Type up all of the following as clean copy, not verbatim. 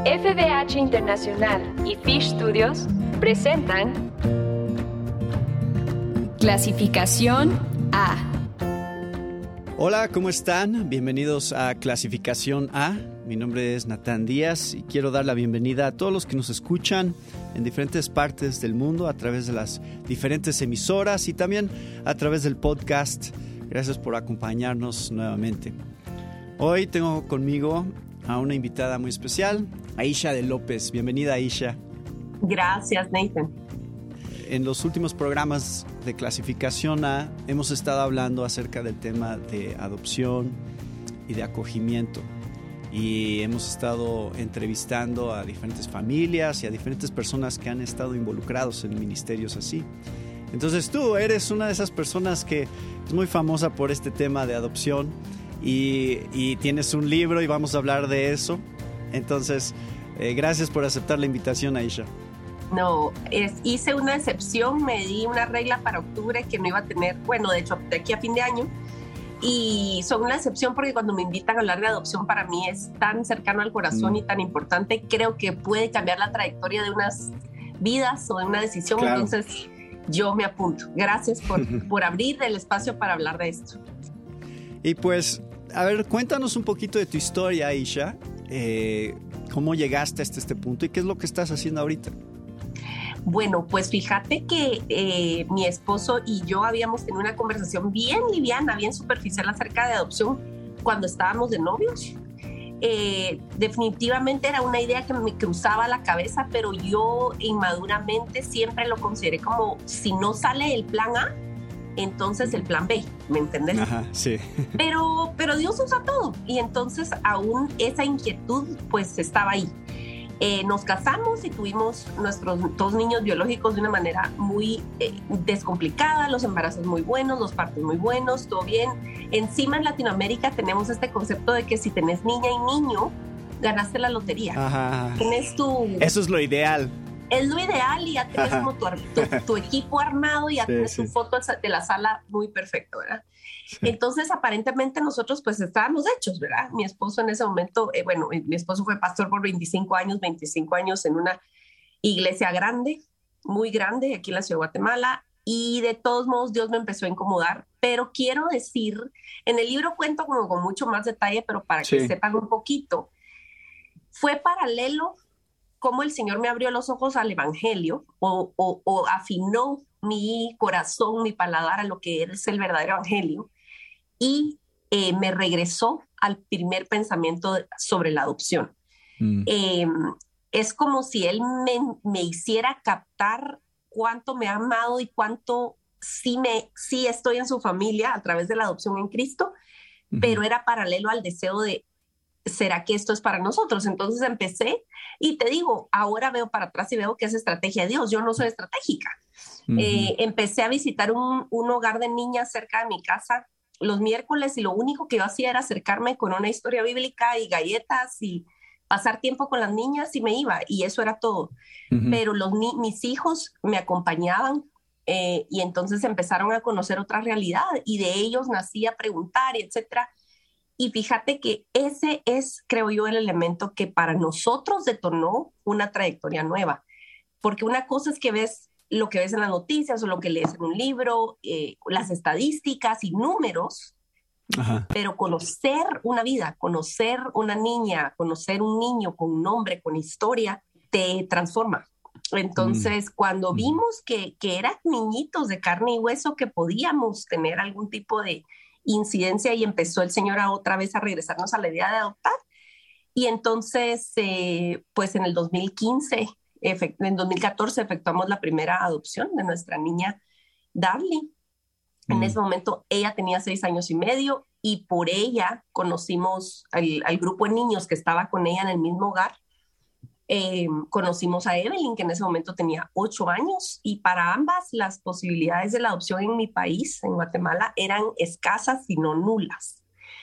FBH Internacional y Fish Studios presentan Clasificación A. Hola, ¿cómo están? Bienvenidos a Clasificación A. Mi nombre es Natán Díaz y quiero dar la bienvenida a todos los que nos escuchan en diferentes partes del mundo a través de las diferentes emisoras y también a través del podcast. Gracias por acompañarnos nuevamente. Hoy tengo conmigo a una invitada muy especial, Aisha de López. Bienvenida, Aisha. Gracias, Nathan. En los últimos programas de Clasificación A hemos estado hablando acerca del tema de adopción y de acogimiento. Y hemos estado entrevistando a diferentes familias y a diferentes personas que han estado involucrados en ministerios así. Entonces tú eres una de esas personas que es muy famosa por este tema de adopción y tienes un libro y vamos a hablar de eso. Entonces, gracias por aceptar la invitación, Aisha. No, hice una excepción, me di una regla para octubre que no iba a tener, bueno, de hecho, de aquí a fin de año. Y son una excepción porque cuando me invitan a hablar de adopción para mí es tan cercano al corazón y tan importante. Creo que puede cambiar la trayectoria de unas vidas o de una decisión. Claro. Entonces yo me apunto. Gracias por abrir el espacio para hablar de esto. Y pues, a ver, cuéntanos un poquito de tu historia, Aisha. ¿Cómo llegaste hasta este punto y qué es lo que estás haciendo ahorita? Bueno, pues fíjate que mi esposo y yo habíamos tenido una conversación bien liviana, bien superficial acerca de adopción cuando estábamos de novios. Definitivamente era una idea que me cruzaba la cabeza, pero yo inmaduramente siempre lo consideré como si no sale el plan A, entonces el plan B, ¿me entendés? Ajá, sí. Pero Dios usa todo y entonces aún esa inquietud pues estaba ahí. Nos casamos y tuvimos nuestros dos niños biológicos de una manera muy descomplicada, los embarazos muy buenos, los partos muy buenos, todo bien. Encima en Latinoamérica tenemos este concepto de que si tenés niña y niño, ganaste la lotería. Ajá. Tenés Eso es lo ideal. Es lo ideal y ya tienes como tu equipo armado y ya tienes tu foto de la sala muy perfecto, ¿verdad? Sí. Entonces, aparentemente nosotros pues estábamos hechos, ¿verdad? Mi esposo en ese momento, mi esposo fue pastor por 25 años en una iglesia grande, muy grande, aquí en la ciudad de Guatemala, y de todos modos Dios me empezó a incomodar, pero quiero decir, en el libro cuento como con mucho más detalle, pero para que sepan un poquito, fue paralelo cómo el Señor me abrió los ojos al evangelio o afinó mi corazón, mi paladar a lo que es el verdadero evangelio y me regresó al primer pensamiento sobre la adopción. Es como si Él me hiciera captar cuánto me ha amado y cuánto sí estoy en su familia a través de la adopción en Cristo, pero era paralelo al deseo de ¿será que esto es para nosotros? Entonces empecé y te digo, ahora veo para atrás y veo que es estrategia de Dios. Yo no soy estratégica. Empecé a visitar un hogar de niñas cerca de mi casa los miércoles y lo único que yo hacía era acercarme con una historia bíblica y galletas y pasar tiempo con las niñas y me iba y eso era todo. Pero mis hijos me acompañaban y entonces empezaron a conocer otra realidad y de ellos nací a preguntar y etcétera. Y fíjate que ese es, creo yo, el elemento que para nosotros detonó una trayectoria nueva. Porque una cosa es que ves lo que ves en las noticias o lo que lees en un libro, las estadísticas y números, pero conocer una vida, conocer una niña, conocer un niño con un nombre, con historia, te transforma. Entonces, cuando vimos que eran niñitos de carne y hueso que podíamos tener algún tipo de incidencia y empezó el Señor otra vez a regresarnos a la idea de adoptar. Y entonces, pues en el 2015, en 2014 efectuamos la primera adopción de nuestra niña Darly. En ese momento ella tenía 6 años y medio y por ella conocimos al grupo de niños que estaba con ella en el mismo hogar. Conocimos a Evelyn, que en ese momento tenía 8 años y para ambas las posibilidades de la adopción en mi país, en Guatemala, eran escasas y no nulas.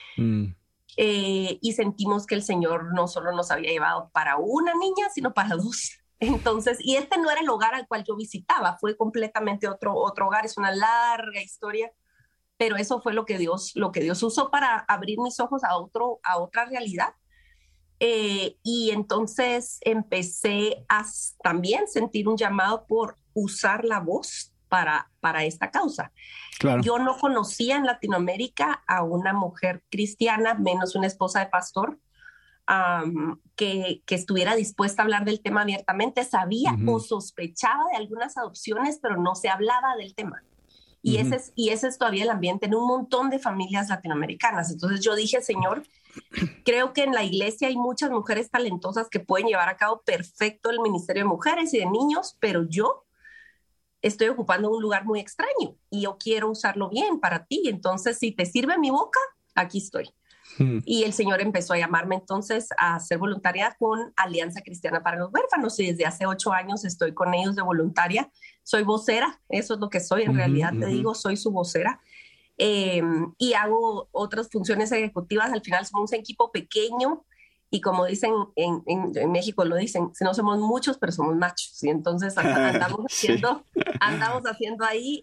Y sentimos que el Señor no solo nos había llevado para una niña, sino para 2. Entonces, y este no era el hogar al cual yo visitaba, fue completamente otro hogar, es una larga historia, pero eso fue lo que Dios usó para abrir mis ojos a otra realidad. Y entonces empecé a también sentir un llamado por usar la voz para esta causa. Claro. Yo no conocía en Latinoamérica a una mujer cristiana, menos una esposa de pastor, que estuviera dispuesta a hablar del tema abiertamente. Sabía o sospechaba de algunas adopciones, pero no se hablaba del tema. Y ese es todavía el ambiente en un montón de familias latinoamericanas. Entonces yo dije, Señor, creo que en la iglesia hay muchas mujeres talentosas que pueden llevar a cabo perfecto el ministerio de mujeres y de niños, pero yo estoy ocupando un lugar muy extraño y yo quiero usarlo bien para ti. Entonces, si te sirve mi boca, aquí estoy. Y el Señor empezó a llamarme entonces a ser voluntaria con Alianza Cristiana para los Huérfanos, y desde hace 8 años estoy con ellos de voluntaria. Soy vocera, eso es lo que soy, en realidad te digo, soy su vocera. Y hago otras funciones ejecutivas. Al final somos un equipo pequeño y, como dicen en México, lo dicen, no somos muchos, pero somos machos. Y entonces andamos haciendo ahí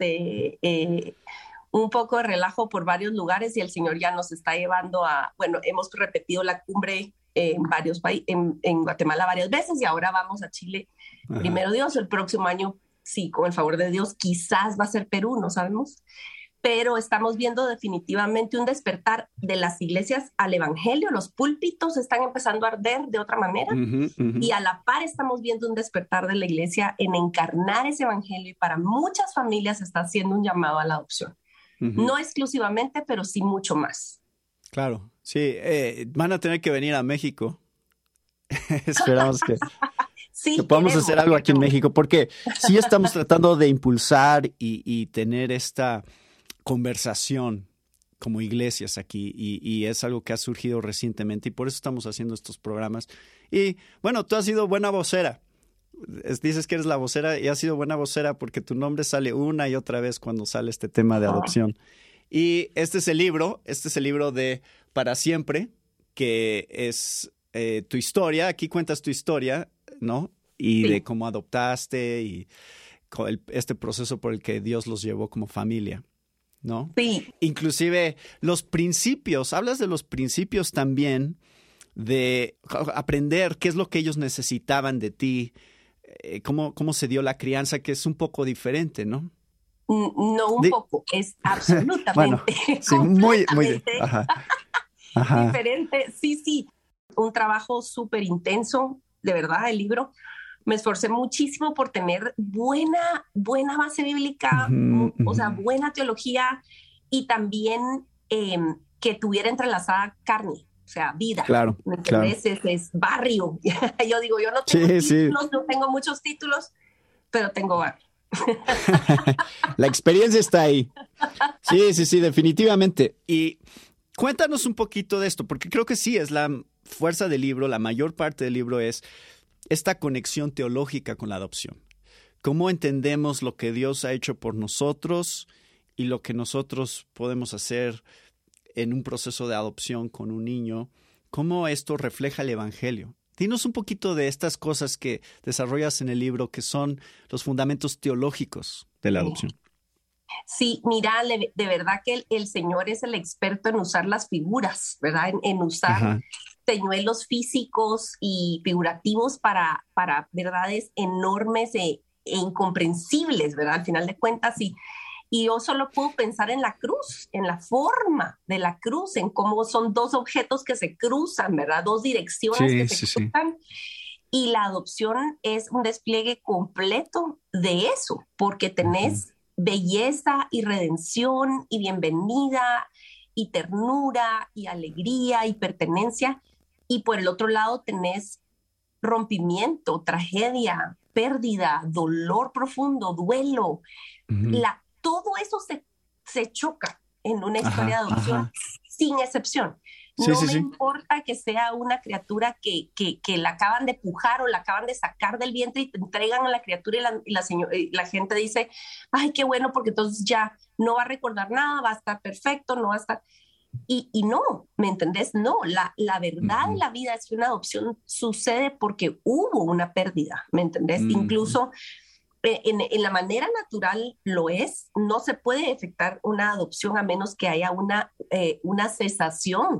un poco de relajo por varios lugares, y el Señor ya nos está llevando hemos repetido la cumbre en varios países, en Guatemala varias veces, y ahora vamos a Chile. Primero Dios, el próximo año, sí, con el favor de Dios, quizás va a ser Perú, no sabemos. Pero estamos viendo definitivamente un despertar de las iglesias al evangelio. Los púlpitos están empezando a arder de otra manera, y a la par estamos viendo un despertar de la iglesia en encarnar ese evangelio, y para muchas familias está haciendo un llamado a la adopción. No exclusivamente, pero sí mucho más. Claro, sí. Van a tener que venir a México. Esperamos que podamos hacer algo aquí en México, porque sí estamos tratando de impulsar y tener esta conversación como iglesias aquí, y es algo que ha surgido recientemente, y por eso estamos haciendo estos programas. Y bueno, tú has sido buena vocera. Dices que eres la vocera, y has sido buena vocera porque tu nombre sale una y otra vez cuando sale este tema de adopción. Y este es el libro de Para Siempre, que es tu historia. Aquí cuentas tu historia, ¿no? Y de cómo adoptaste y este proceso por el que Dios los llevó como familia, ¿no? Sí. Inclusive los principios, hablas de los principios también, de aprender qué es lo que ellos necesitaban de ti, cómo se dio la crianza, que es un poco diferente, ¿no? No un poco, es absolutamente bueno, sí, muy diferente. Sí, un trabajo súper intenso, de verdad, el libro. Me esforcé muchísimo por tener buena base bíblica, o sea, buena teología, y también que tuviera entrelazada carne, o sea, vida. Claro, ¿me entiendes? Claro. Es barrio. Yo digo, yo no tengo títulos, no tengo muchos títulos, pero tengo barrio. La experiencia está ahí. Sí, definitivamente. Y cuéntanos un poquito de esto, porque creo que sí, es la fuerza del libro, la mayor parte del libro es esta conexión teológica con la adopción. ¿Cómo entendemos lo que Dios ha hecho por nosotros y lo que nosotros podemos hacer en un proceso de adopción con un niño? ¿Cómo esto refleja el evangelio? Dinos un poquito de estas cosas que desarrollas en el libro, que son los fundamentos teológicos de la adopción. Sí, mira, de verdad que el Señor es el experto en usar las figuras, ¿verdad? En usar señuelos físicos y figurativos para verdades enormes e incomprensibles, ¿verdad? Al final de cuentas, y yo solo puedo pensar en la cruz, en la forma de la cruz, en cómo son dos objetos que se cruzan, ¿verdad? Dos direcciones que se cruzan. Y la adopción es un despliegue completo de eso, porque tenés belleza y redención y bienvenida y ternura y alegría y pertenencia. Y por el otro lado tenés rompimiento, tragedia, pérdida, dolor profundo, duelo. Todo eso se choca en una historia de adopción, sin excepción. No me importa que sea una criatura que la acaban de pujar o la acaban de sacar del vientre y te entregan a la criatura, y la gente dice, ay, qué bueno, porque entonces ya no va a recordar nada, va a estar perfecto, no va a estar... Y no, ¿me entendés? No, la verdad de la vida es que una adopción sucede porque hubo una pérdida, ¿me entendés? Incluso... En la manera natural lo es, no se puede efectuar una adopción a menos que haya una cesación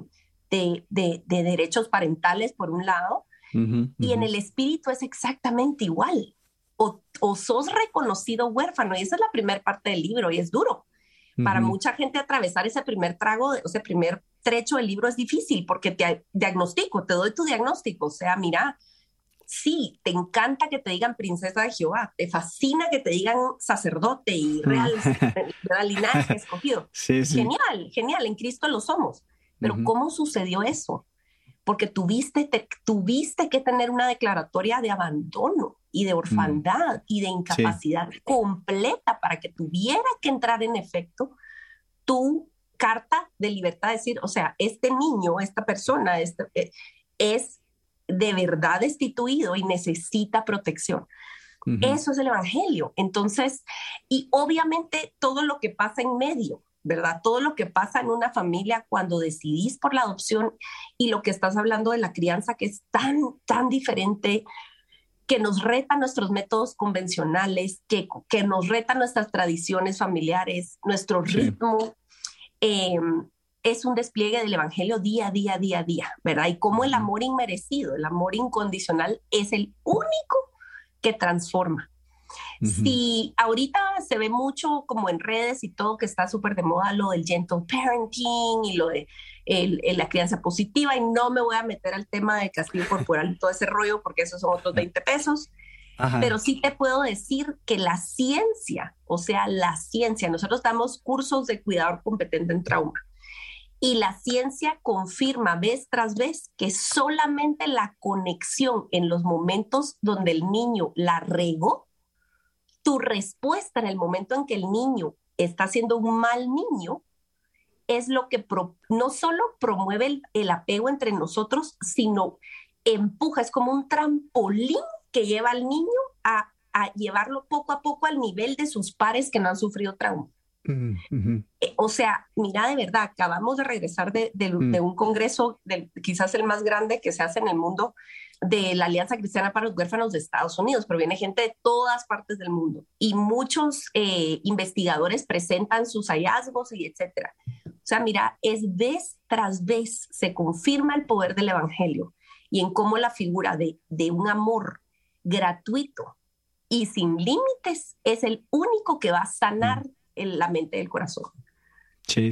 de derechos parentales por un lado, y en el espíritu es exactamente igual. O sos reconocido huérfano, y esa es la primera parte del libro, y es duro. Para mucha gente atravesar ese primer trago, ese primer trecho del libro es difícil, porque te doy tu diagnóstico, o sea, mira, sí, te encanta que te digan princesa de Jehová, te fascina que te digan sacerdote y real linaje escogido. Sí. Genial, genial, en Cristo lo somos. Pero ¿cómo sucedió eso? Porque tuviste que tener una declaratoria de abandono y de orfandad y de incapacidad completa para que tuviera que entrar en efecto tu carta de libertad, decir, o sea, este niño, esta persona, es de verdad destituido y necesita protección. Eso es el evangelio. Entonces, y obviamente todo lo que pasa en medio, ¿verdad? Todo lo que pasa en una familia cuando decidís por la adopción, y lo que estás hablando de la crianza, que es tan, tan diferente, que nos reta nuestros métodos convencionales, que nos reta nuestras tradiciones familiares, nuestro ritmo. Es un despliegue del evangelio día a día, día a día, ¿verdad? Y cómo el amor inmerecido, el amor incondicional es el único que transforma. Si ahorita se ve mucho como en redes y todo, que está súper de moda lo del gentle parenting y lo de la crianza positiva, y no me voy a meter al tema de castigo corporal y todo ese rollo, porque esos son otros 20 pesos. Pero sí te puedo decir que la ciencia, nosotros damos cursos de cuidador competente en trauma, y la ciencia confirma vez tras vez que solamente la conexión en los momentos donde el niño la regó, tu respuesta en el momento en que el niño está siendo un mal niño, es lo que no solo promueve el apego entre nosotros, sino empuja, es como un trampolín que lleva al niño a llevarlo poco a poco al nivel de sus pares que no han sufrido trauma. O sea, mira, de verdad, acabamos de regresar de un congreso, quizás el más grande que se hace en el mundo, de la Alianza Cristiana para los Huérfanos de Estados Unidos, pero viene gente de todas partes del mundo, y muchos investigadores presentan sus hallazgos y etcétera. O sea, mira, es vez tras vez se confirma el poder del evangelio, y en cómo la figura de un amor gratuito y sin límites es el único que va a sanar en la mente del corazón. Sí.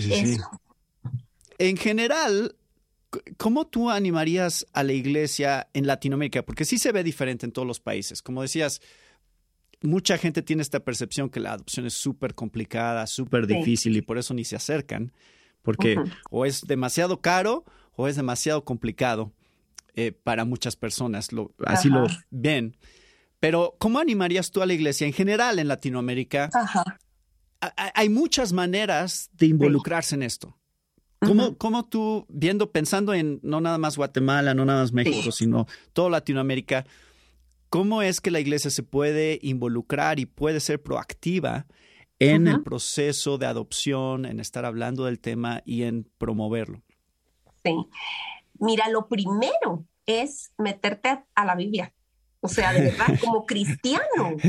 En general, ¿cómo tú animarías a la iglesia en Latinoamérica? Porque sí se ve diferente en todos los países. Como decías, mucha gente tiene esta percepción que la adopción es súper complicada, súper difícil, y por eso ni se acercan, porque o es demasiado caro o es demasiado complicado para muchas personas. Así lo ven. Pero ¿cómo animarías tú a la iglesia en general en Latinoamérica? Hay muchas maneras de involucrarse en esto. ¿Cómo tú, pensando en no nada más Guatemala, no nada más México, sino toda Latinoamérica, cómo es que la iglesia se puede involucrar y puede ser proactiva en el proceso de adopción, en estar hablando del tema y en promoverlo? Sí. Mira, lo primero es meterte a la Biblia. O sea, de verdad, como cristiano,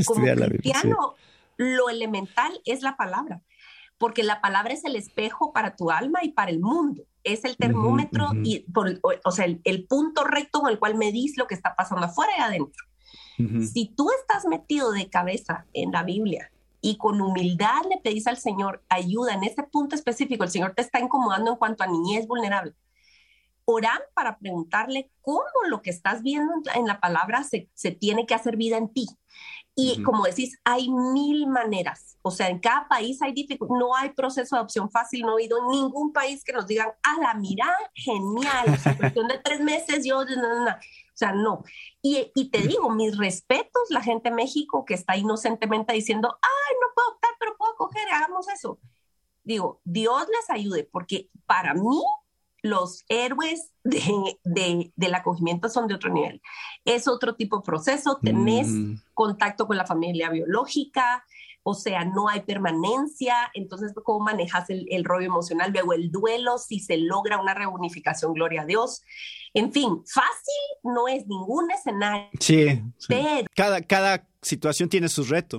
lo elemental es la palabra, porque la palabra es el espejo para tu alma y para el mundo. Es el termómetro y el punto recto con el cual medís lo que está pasando afuera y adentro. Si tú estás metido de cabeza en la Biblia y con humildad le pedís al Señor ayuda en este punto específico, el Señor te está incomodando en cuanto a niñez vulnerable, orá para preguntarle cómo lo que estás viendo en la palabra se tiene que hacer vida en ti. Y como decís, hay 1000 maneras. O sea, en cada país hay dificultades. No hay proceso de adopción fácil. No he oído en ningún país que nos digan, mira, genial. O sea, en cuestión de 3 meses, no. O sea, no. Y te digo, mis respetos, la gente de México que está inocentemente diciendo, no puedo optar, pero puedo coger, hagamos eso. Digo, Dios les ayude, porque para mí, los héroes del acogimiento son de otro nivel. Es otro tipo de proceso, tenés contacto con la familia biológica, o sea, no hay permanencia, entonces ¿cómo manejas el rollo emocional? Luego el duelo, si se logra una reunificación, gloria a Dios. En fin, fácil no es ningún escenario. Sí. Pero cada situación tiene su reto.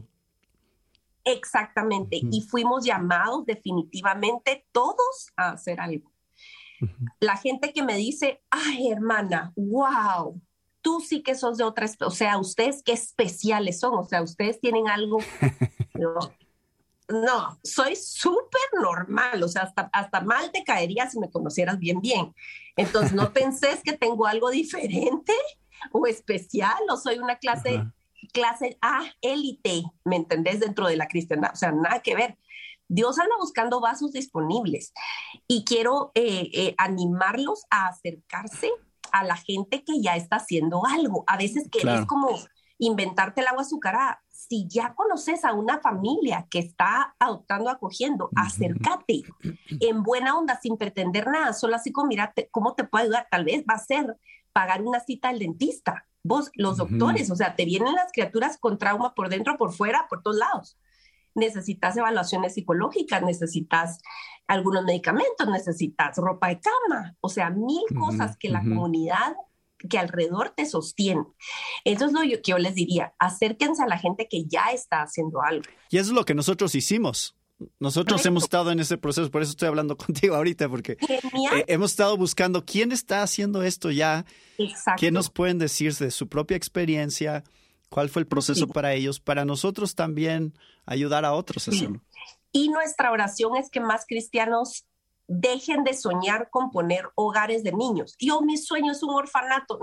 Exactamente, y fuimos llamados definitivamente todos a hacer algo. La gente que me dice, ay, hermana, wow, tú sí que sos de otra, o sea, ustedes qué especiales son, o sea, ustedes tienen algo, no, no, soy súper normal, o sea, hasta mal te caería si me conocieras bien, bien. Entonces, no pensés que tengo algo diferente o especial, o soy una clase A, élite, ¿me entendés? Dentro de la cristiandad, o sea, nada que ver. Dios anda buscando vasos disponibles y quiero animarlos a acercarse a la gente que ya está haciendo algo. A veces querés como inventarte el agua azucarada. Si ya conoces a una familia que está adoptando, acogiendo, acércate en buena onda, sin pretender nada, solo así como, mira, ¿cómo te puedo ayudar? Tal vez va a ser pagar una cita al dentista. Vos, los doctores, o sea, te vienen las criaturas con trauma por dentro, por fuera, por todos lados. Necesitas evaluaciones psicológicas, necesitas algunos medicamentos, necesitas ropa de cama, o sea, mil cosas que la comunidad que alrededor te sostiene. Eso es lo que yo les diría, acérquense a la gente que ya está haciendo algo. Y eso es lo que nosotros hicimos. Nosotros hemos estado en ese proceso, por eso estoy hablando contigo ahorita, porque hemos estado buscando quién está haciendo esto ya, quién nos pueden decir de su propia experiencia, cuál fue el proceso para ellos, para nosotros también ayudar a otros a hacerlo. Y nuestra oración es que más cristianos dejen de soñar con poner hogares de niños. Mi sueño es un orfanato.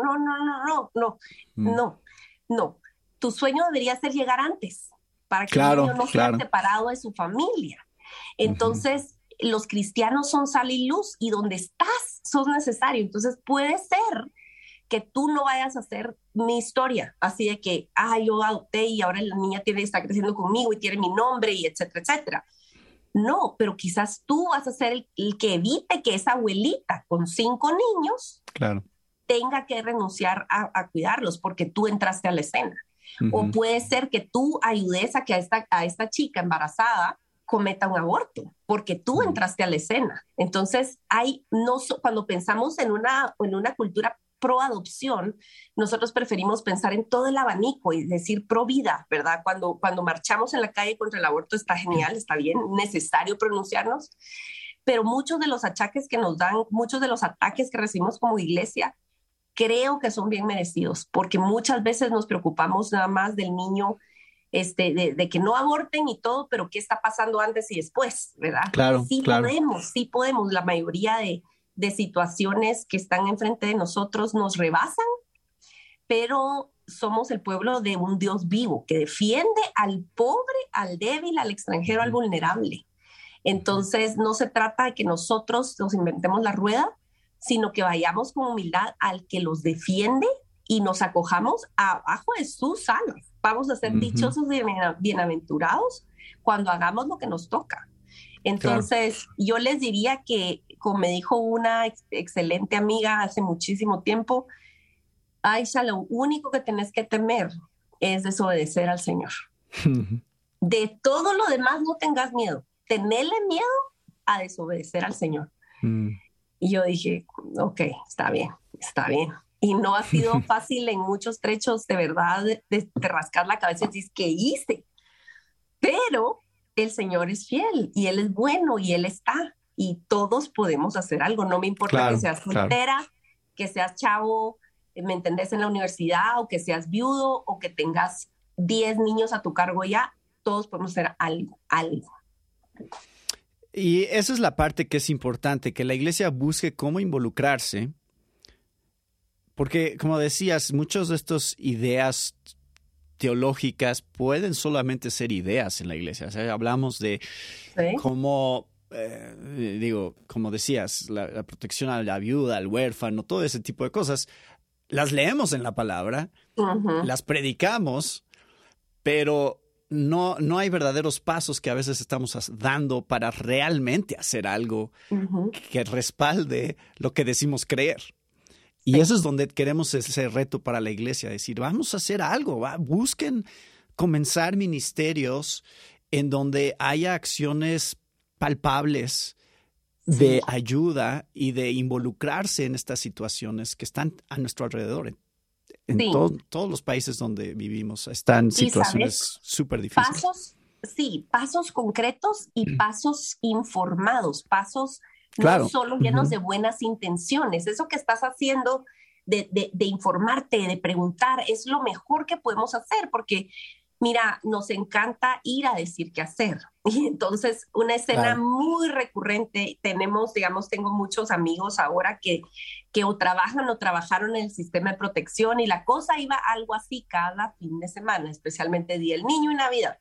No. Tu sueño debería ser llegar antes, para que el niño no sea separado de su familia. Entonces, los cristianos son sal y luz, y donde estás, sos necesario. Entonces, puede ser que tú no vayas a hacer mi historia, así de que, yo adopté y ahora la niña está creciendo conmigo y tiene mi nombre y etcétera, etcétera. No, pero quizás tú vas a ser el que evite que esa abuelita con 5 niños tenga que renunciar a cuidarlos porque tú entraste a la escena. O puede ser que tú ayudes a que a esta chica embarazada cometa un aborto porque tú entraste a la escena. Entonces, cuando pensamos en una cultura pro adopción, nosotros preferimos pensar en todo el abanico y decir pro vida, ¿verdad? Cuando marchamos en la calle contra el aborto está genial, está bien, necesario pronunciarnos, pero muchos de los achaques que nos dan, muchos de los ataques que recibimos como iglesia, creo que son bien merecidos, porque muchas veces nos preocupamos nada más del niño, de que no aborten y todo, pero ¿qué está pasando antes y después, verdad? Sí podemos, la mayoría de situaciones que están enfrente de nosotros nos rebasan, pero somos el pueblo de un Dios vivo que defiende al pobre, al débil, al extranjero, al vulnerable. Entonces, no se trata de que nosotros nos inventemos la rueda, sino que vayamos con humildad al que los defiende y nos acojamos abajo de sus alas. Vamos a ser dichosos y bienaventurados cuando hagamos lo que nos toca. Entonces, yo les diría que, como me dijo una excelente amiga hace muchísimo tiempo, Aisha, lo único que tenés que temer es desobedecer al Señor. De todo lo demás no tengas miedo. Tenele miedo a desobedecer al Señor. Y yo dije, ok, está bien. Y no ha sido fácil en muchos trechos, de verdad, de rascar la cabeza y decir, ¿qué hice? Pero el Señor es fiel y Él es bueno y Él está. Y todos podemos hacer algo. No me importa que seas soltera, que seas chavo, ¿me entendés? En la universidad, o que seas viudo, o que tengas 10 niños a tu cargo ya. Todos podemos hacer algo. Y esa es la parte que es importante, que la iglesia busque cómo involucrarse. Porque, como decías, muchas de estas ideas teológicas pueden solamente ser ideas en la iglesia. O sea, hablamos de cómo, como decías, la protección a la viuda, al huérfano, todo ese tipo de cosas. Las leemos en la palabra, las predicamos, pero no hay verdaderos pasos que a veces estamos dando para realmente hacer algo que respalde lo que decimos creer. Y eso es donde queremos ese reto para la iglesia, decir, vamos a hacer algo, busquen comenzar ministerios en donde haya acciones palpables de ayuda y de involucrarse en estas situaciones que están a nuestro alrededor. En todos los países donde vivimos están situaciones súper difíciles. Pasos concretos y pasos informados, pasos Claro. No solo llenos de buenas intenciones. Eso que estás haciendo de informarte, de preguntar, es lo mejor que podemos hacer, porque mira, nos encanta ir a decir qué hacer. Y entonces una escena muy recurrente, tengo muchos amigos ahora que o trabajan o trabajaron en el sistema de protección, y la cosa iba algo así cada fin de semana, especialmente Día del Niño y Navidad.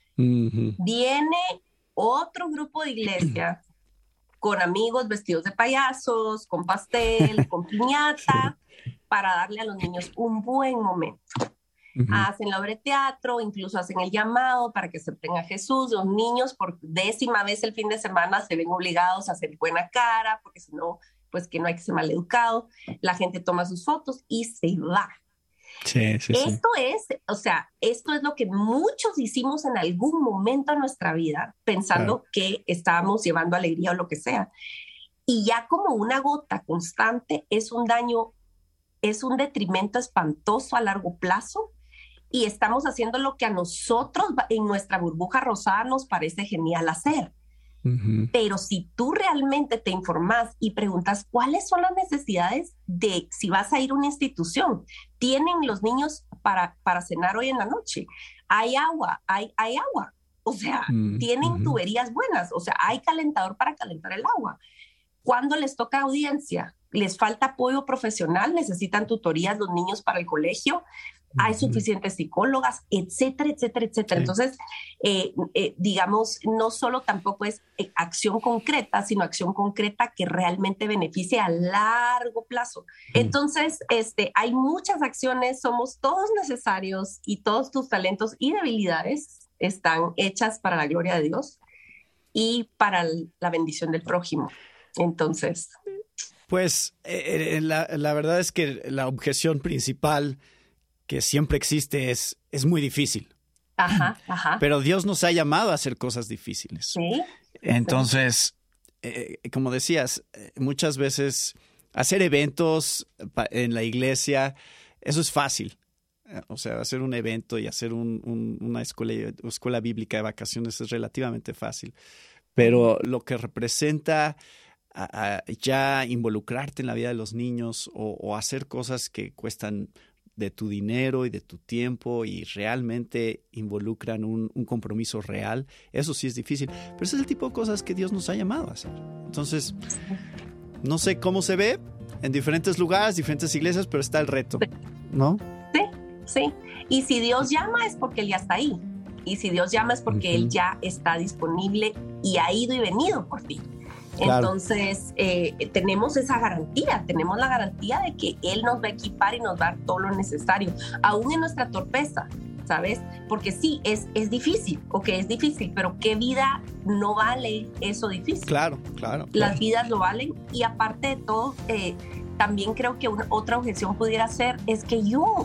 Viene otro grupo de iglesia con amigos vestidos de payasos, con pastel, con piñata, para darle a los niños un buen momento. Hacen la obra de teatro, incluso hacen el llamado para que acepten a Jesús. Los niños por 10ª vez el fin de semana se ven obligados a hacer buena cara, porque si no, pues que no hay que ser maleducado. La gente toma sus fotos y se va. Esto es lo que muchos hicimos en algún momento de nuestra vida, pensando que estábamos llevando alegría o lo que sea. Y ya como una gota constante es un daño, es un detrimento espantoso a largo plazo, y estamos haciendo lo que a nosotros en nuestra burbuja rosada nos parece genial hacer. Pero si tú realmente te informas y preguntas cuáles son las necesidades de si vas a ir a una institución, ¿tienen los niños para cenar hoy en la noche? ¿Hay agua? ¿Hay agua? O sea, ¿tienen tuberías buenas? O sea, ¿hay calentador para calentar el agua? ¿Cuándo les toca audiencia? ¿Les falta apoyo profesional? ¿Necesitan tutorías los niños para el colegio? ¿Hay suficientes psicólogas? Etcétera, etcétera, etcétera. Entonces, digamos, no solo tampoco es acción concreta, sino acción concreta que realmente beneficie a largo plazo. Entonces, hay muchas acciones, somos todos necesarios, y todos tus talentos y debilidades están hechas para la gloria de Dios y para la bendición del prójimo. Entonces... Pues la verdad es que la objeción principal que siempre existe es muy difícil. Pero Dios nos ha llamado a hacer cosas difíciles. Sí. Entonces, como decías, muchas veces hacer eventos en la iglesia, eso es fácil. O sea, hacer un evento y hacer una escuela bíblica de vacaciones es relativamente fácil. Pero lo que representa ya involucrarte en la vida de los niños o hacer cosas que cuestan de tu dinero y de tu tiempo y realmente involucran un compromiso real, eso sí es difícil. Pero ese es el tipo de cosas que Dios nos ha llamado a hacer. Entonces, no sé cómo se ve en diferentes lugares, diferentes iglesias, pero está el reto, ¿no? Sí. Y si Dios llama es porque Él ya está ahí. Y si Dios llama es porque Él ya está disponible y ha ido y venido por ti. Claro. Entonces, tenemos esa garantía, tenemos la garantía de que Él nos va a equipar y nos va a dar todo lo necesario, aún en nuestra torpeza, ¿sabes? Porque sí, es difícil, es difícil, pero ¿qué vida no vale eso difícil? Claro. Las vidas lo valen, y aparte de todo, también creo que otra objeción pudiera ser, es que o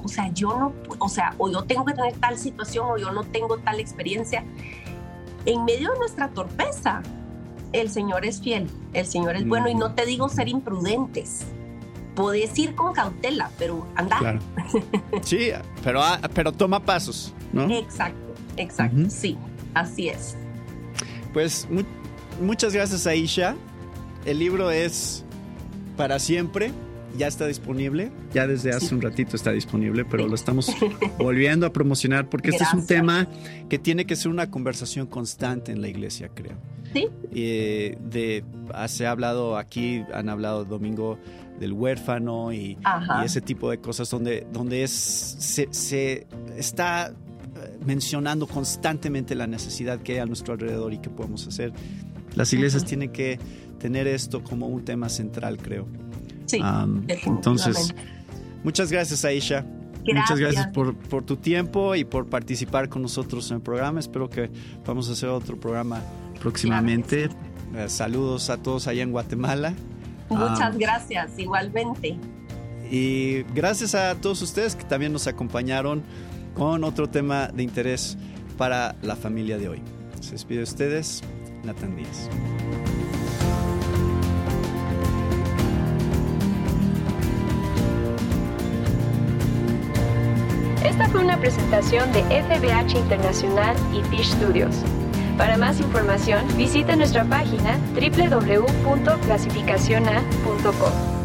yo tengo que tener tal situación, o yo no tengo tal experiencia. En medio de nuestra torpeza, el Señor es fiel, el Señor es bueno, y no te digo ser imprudentes. Podés ir con cautela, pero anda. Claro. Sí, pero toma pasos, ¿no? Exacto, sí, así es. Pues muchas gracias, Aisha. El libro es para siempre, ya está disponible, ya desde hace un ratito está disponible, pero lo estamos volviendo a promocionar porque este es un tema que tiene que ser una conversación constante en la iglesia, creo. Sí. Se ha hablado aquí, han hablado domingo del huérfano y ese tipo de cosas donde se está mencionando constantemente la necesidad que hay a nuestro alrededor y qué podemos hacer. Las iglesias tienen que tener esto como un tema central, creo. Sí, entonces, muchas gracias, Aisha. Muchas gracias por tu tiempo y por participar con nosotros en el programa. Espero que vamos a hacer otro programa próximamente. Saludos a todos allá en Guatemala. Muchas gracias, igualmente. Y gracias a todos ustedes que también nos acompañaron con otro tema de interés para la familia de hoy. Se despide de ustedes, Nathan Díaz. Esta fue una presentación de FBH Internacional y Fish Studios. Para más información, visita nuestra página www.clasificaciona.com.